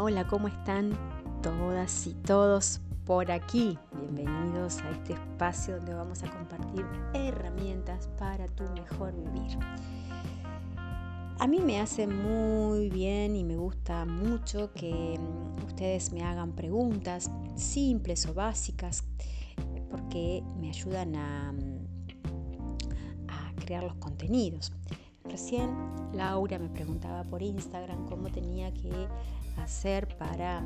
Hola, ¿cómo están todas y todos por aquí? Bienvenidos a este espacio donde vamos a compartir herramientas para tu mejor vivir. A mí me hace muy bien y me gusta mucho que ustedes me hagan preguntas simples o básicas porque me ayudan a crear los contenidos. Recién Laura me preguntaba por Instagram cómo tenía que hacer para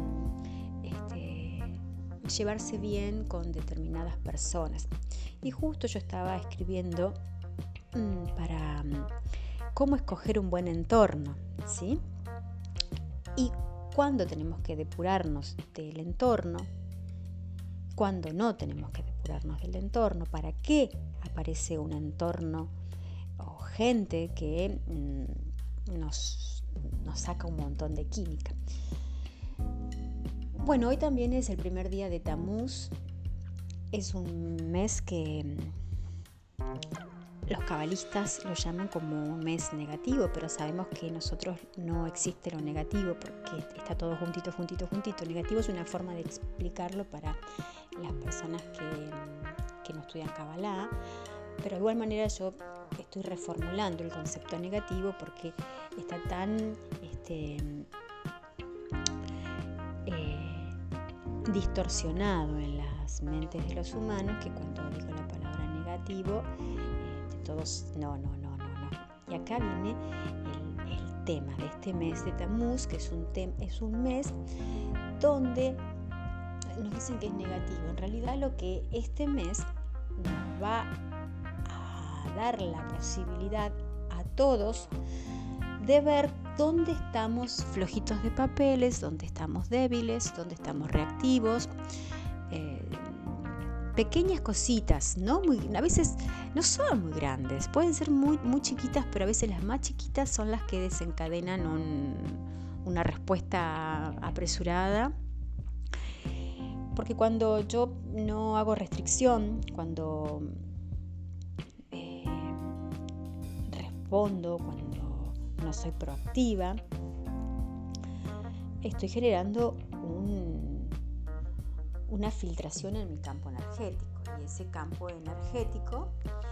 llevarse bien con determinadas personas. Y justo yo estaba escribiendo para cómo escoger un buen entorno, ¿sí? Y cuándo tenemos que depurarnos del entorno, cuándo no tenemos que depurarnos del entorno, para qué aparece un entorno o gente que nos saca un montón de química. Bueno, hoy también es el primer día de Tamuz. Es un mes que los cabalistas lo llaman como un mes negativo, pero sabemos que nosotros no existe lo negativo porque está todo juntito. Negativo es una forma de explicarlo para las personas que no estudian Kabbalah, pero de igual manera yo estoy reformulando el concepto negativo porque está tan distorsionado en las mentes de los humanos que cuando digo la palabra negativo todos no. Y acá viene el tema de este mes de Tamuz, que es un mes donde nos dicen que es negativo. En realidad lo que este mes nos va a dar la posibilidad a todos de ver dónde estamos flojitos de papeles, dónde estamos débiles, dónde estamos reactivos. Pequeñas cositas, a veces no son muy grandes, pueden ser muy chiquitas, pero a veces las más chiquitas son las que desencadenan una respuesta apresurada. Porque cuando yo no hago restricción, cuando respondo, cuando no soy proactiva, estoy generando una filtración en mi campo energético, y ese campo energético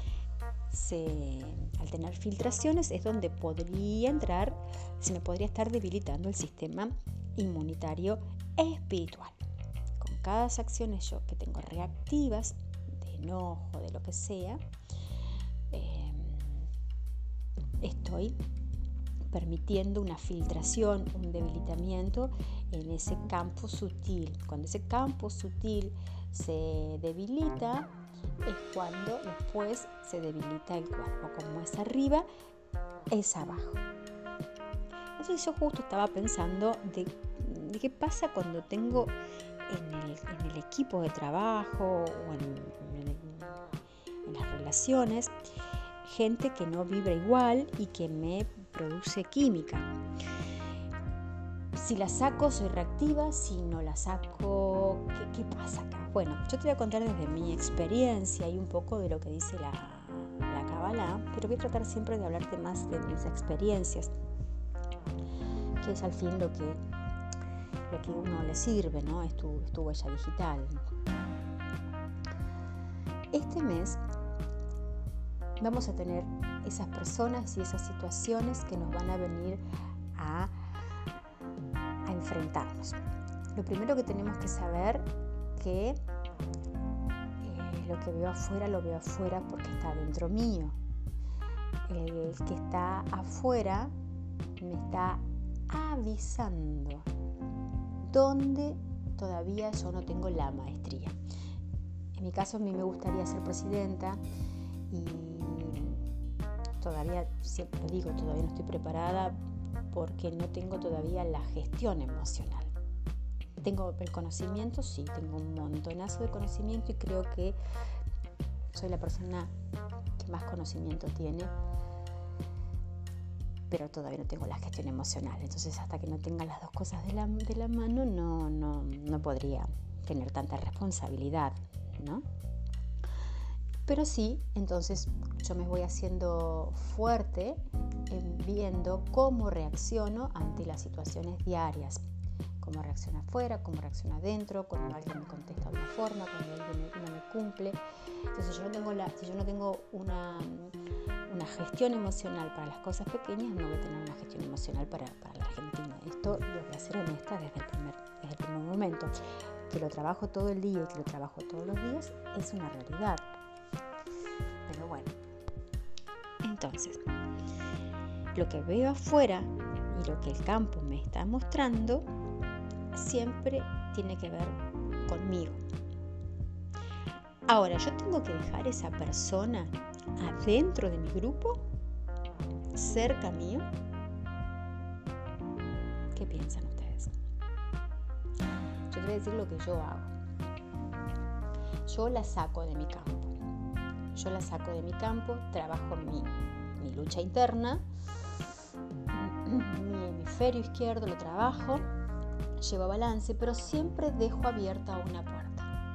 al tener filtraciones es donde se me podría estar debilitando el sistema inmunitario espiritual. Con cada acción yo que tengo reactivas, de enojo, de lo que sea, estoy permitiendo una filtración, un debilitamiento en ese campo sutil. Cuando ese campo sutil se debilita, es cuando después se debilita el cuerpo. Como es arriba, es abajo. Entonces yo justo estaba pensando de qué pasa cuando tengo en el equipo de trabajo o en las relaciones gente que no vibra igual y que me produce química. Si la saco, soy reactiva. Si no la saco, ¿qué pasa acá? Bueno, yo te voy a contar desde mi experiencia y un poco de lo que dice la Kabbalah, pero voy a tratar siempre de hablarte más de mis experiencias, que es al fin lo que uno le sirve, ¿no? Es tu huella digital. Este mes vamos a tener esas personas y esas situaciones que nos van a venir a enfrentarnos. Lo primero que tenemos que saber que lo que veo afuera porque está dentro mío. El que está afuera me está avisando donde todavía yo no tengo la maestría. En mi caso, a mí me gustaría ser presidenta y todavía, siempre lo digo, todavía no estoy preparada porque no tengo todavía la gestión emocional. Tengo el conocimiento, sí, tengo un montonazo de conocimiento y creo que soy la persona que más conocimiento tiene, pero todavía no tengo la gestión emocional. Entonces, hasta que no tenga las dos cosas de la mano, no podría tener tanta responsabilidad, ¿no? Pero sí, entonces yo me voy haciendo fuerte viendo cómo reacciono ante las situaciones diarias. cómo reacciona afuera, cómo reacciona adentro, cuando alguien me contesta de una forma, cuando alguien no me cumple. Entonces, si yo no tengo una gestión emocional para las cosas pequeñas, no voy a tener una gestión emocional para la Argentina. Esto lo voy a ser honesta desde el primer momento. Que lo trabajo todo el día y que lo trabajo todos los días es una realidad. Pero bueno, entonces, lo que veo afuera y lo que el campo me está mostrando siempre tiene que ver conmigo. Ahora, yo tengo que dejar esa persona adentro de mi grupo, cerca mío. ¿Qué piensan ustedes? Yo te voy a decir lo que yo hago. Yo la saco de mi campo. Trabajo mi lucha interna, mi hemisferio izquierdo lo trabajo, llevo balance, pero siempre dejo abierta una puerta.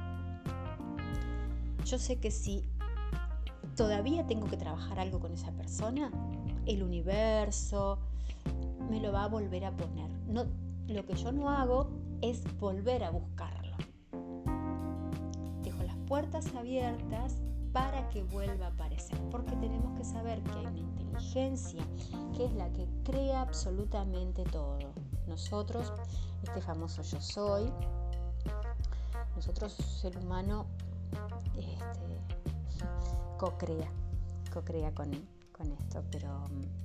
Yo sé que si todavía tengo que trabajar algo con esa persona, el universo me lo va a volver a poner. No, lo que yo no hago es volver a buscarlo. Dejo las puertas abiertas para que vuelva a aparecer, porque tenemos que saber que hay una inteligencia que es la que crea absolutamente todo. Nosotros, este famoso yo soy, nosotros, ser humano, co-crea con esto, pero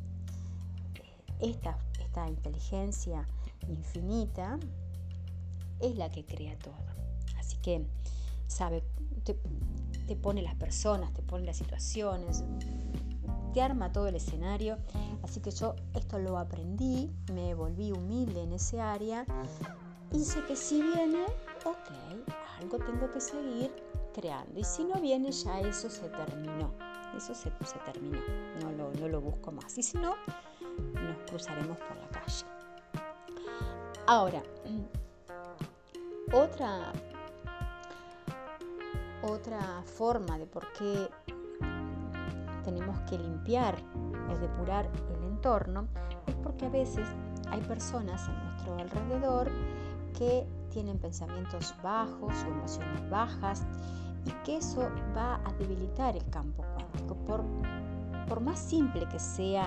esta inteligencia infinita es la que crea todo. Así que te pone las personas, te pone las situaciones, te arma todo el escenario. Así que yo esto lo aprendí, me volví humilde en ese área y sé que si viene, algo tengo que seguir creando, y si no viene, ya eso se terminó. No lo busco más, y si no, nos cruzaremos por la calle. Ahora, otra forma de por qué tenemos que limpiar o depurar el entorno es porque a veces hay personas a nuestro alrededor que tienen pensamientos bajos o emociones bajas, y que eso va a debilitar el campo cuántico. Por más simple que sea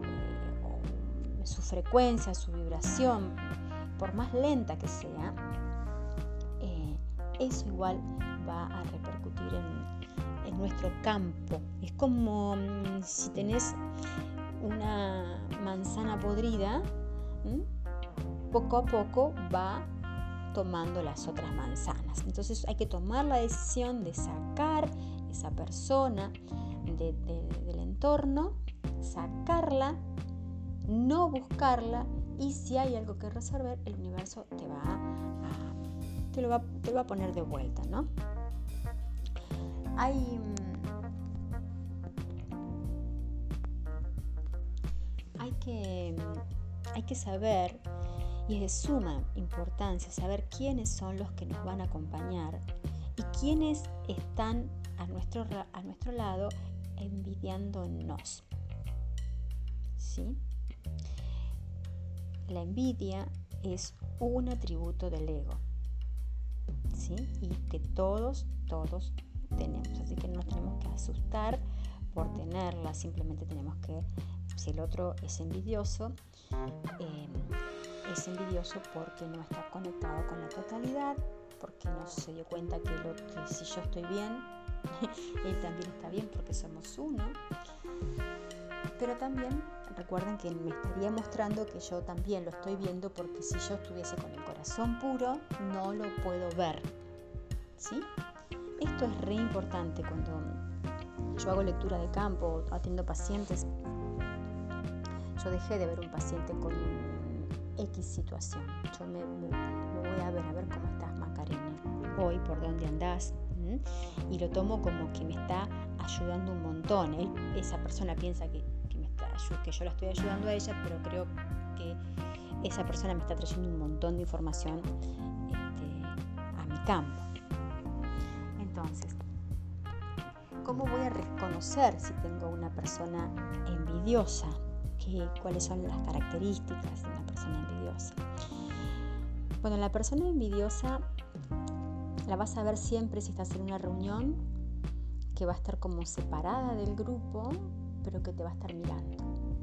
su frecuencia, su vibración, por más lenta que sea, eso igual va a repercutir en nuestro campo. Es como si tenés una manzana podrida, poco a poco va tomando las otras manzanas. Entonces hay que tomar la decisión de sacar esa persona del entorno, sacarla, no buscarla, y si hay algo que resolver, el universo te lo va a poner de vuelta, ¿no? Hay que saber, y es de suma importancia saber quiénes son los que nos van a acompañar y quiénes están a nuestro lado envidiándonos. ¿Sí? La envidia es un atributo del ego, ¿sí? Y que todos tenemos, así que no nos tenemos que asustar por tenerla. Simplemente tenemos que, si el otro es envidioso porque no está conectado con la totalidad, porque no se dio cuenta que si yo estoy bien, él también está bien, porque somos uno. Pero también recuerden que me estaría mostrando que yo también lo estoy viendo, porque si yo estuviese con el corazón puro, no lo puedo ver, ¿sí? Esto es re importante. Cuando yo hago lectura de campo, atiendo pacientes, yo dejé de ver un paciente con X situación. Yo me voy a ver cómo estás, Macarena, hoy, por dónde andás, y lo tomo como que me está ayudando un montón. Esa persona piensa que yo la estoy ayudando a ella, pero creo que esa persona me está trayendo un montón de información a mi campo. Entonces, ¿cómo voy a reconocer si tengo una persona envidiosa? ¿Cuáles son las características de una persona envidiosa? Bueno, la persona envidiosa la vas a ver siempre si estás en una reunión, que va a estar como separada del grupo, pero que te va a estar mirando.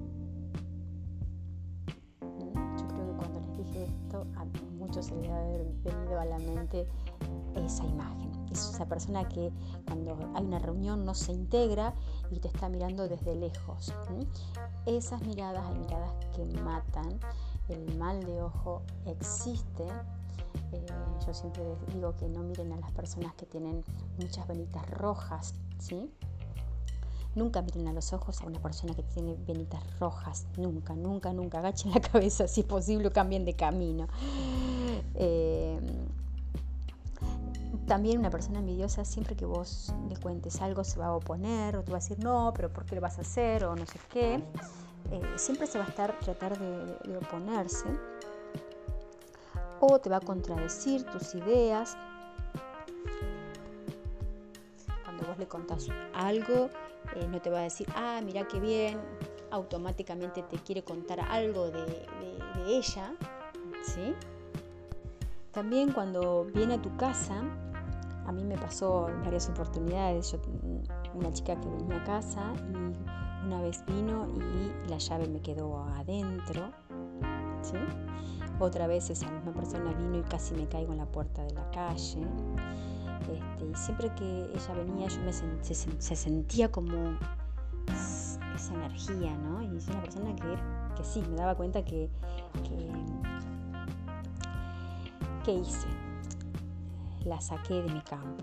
Yo creo que cuando les dije esto, a muchos se les debe haber venido a la mente esa imagen. Es esa persona que cuando hay una reunión no se integra y te está mirando desde lejos. Esas miradas, hay miradas que matan. El mal de ojo existe. Yo siempre les digo que no miren a las personas que tienen muchas venitas rojas, ¿sí? Nunca miren a los ojos a una persona que tiene venitas rojas. Nunca, nunca, nunca. Agachen la cabeza, si es posible, cambien de camino. También una persona envidiosa, siempre que vos le cuentes algo, se va a oponer o te va a decir no, pero ¿por qué lo vas a hacer? O no sé qué. Siempre se va a tratar de oponerse, o te va a contradecir tus ideas. Cuando vos le contás algo, no te va a decir, mira qué bien, automáticamente te quiere contar algo de ella, ¿sí? También cuando viene a tu casa, a mí me pasó en varias oportunidades, una chica que venía a casa y una vez vino y la llave me quedó adentro, ¿sí? Otra vez esa misma persona vino y casi me caigo en la puerta de la calle. Y siempre que ella venía yo se sentía como esa energía, ¿no? Y es una persona que sí, me daba cuenta que hice. La saqué de mi campo.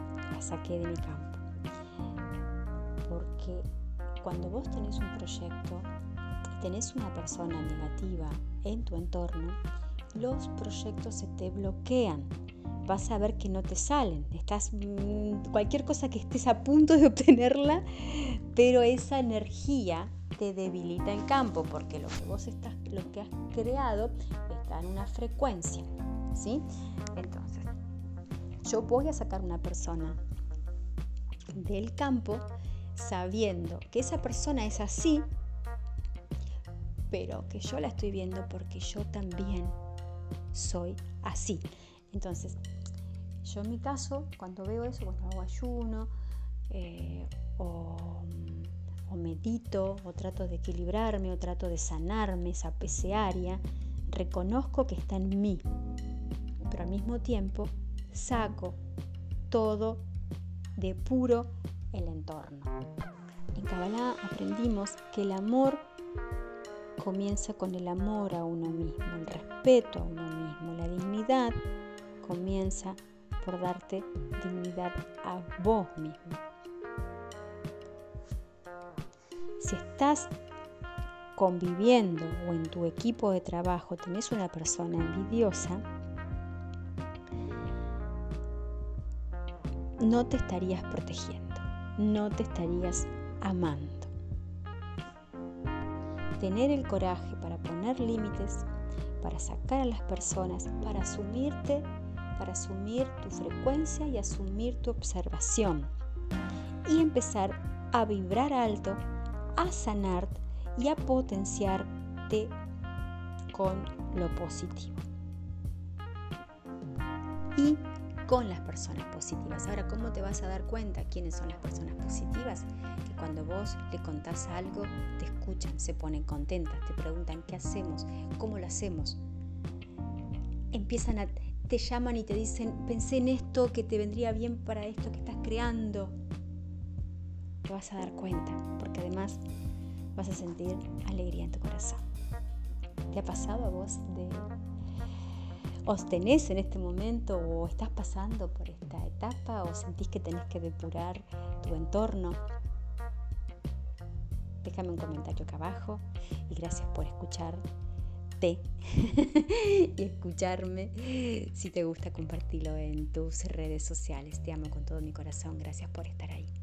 Porque cuando vos tenés un proyecto y tenés una persona negativa en tu entorno, los proyectos se te bloquean. Vas a ver que no te salen. Cualquier cosa que estés a punto de obtenerla, pero esa energía te debilita el campo, porque lo que has creado está en una frecuencia, ¿sí? Entonces, yo voy a sacar una persona del campo sabiendo que esa persona es así, pero que yo la estoy viendo porque yo también soy así. Entonces, yo en mi caso, cuando veo eso, cuando hago ayuno o medito, o trato de equilibrarme, o trato de sanarme esa área, reconozco que está en mí, pero al mismo tiempo saco todo, depuro el entorno. En Kabbalah aprendimos que el amor comienza con el amor a uno mismo, el respeto a uno mismo. La dignidad comienza por darte dignidad a vos mismo. Si estás conviviendo o en tu equipo de trabajo tenés una persona envidiosa, no te estarías protegiendo, no te estarías amando. Tener el coraje para poner límites, para sacar a las personas, para asumir tu frecuencia y asumir tu observación y empezar a vibrar alto, a sanarte y a potenciarte con lo positivo y con las personas positivas. Ahora, ¿cómo te vas a dar cuenta quiénes son las personas positivas? Que cuando vos le contás algo, te escuchan, se ponen contentas, te preguntan qué hacemos, cómo lo hacemos. Te llaman y te dicen, pensé en esto que te vendría bien para esto que estás creando. Te vas a dar cuenta, porque además vas a sentir alegría en tu corazón. ¿Te ha pasado a vos os tenés en este momento o estás pasando por esta etapa o sentís que tenés que depurar tu entorno? Déjame un comentario acá abajo y gracias por escucharte y escucharme. Si te gusta, compartilo en tus redes sociales. Te amo con todo mi corazón. Gracias por estar ahí.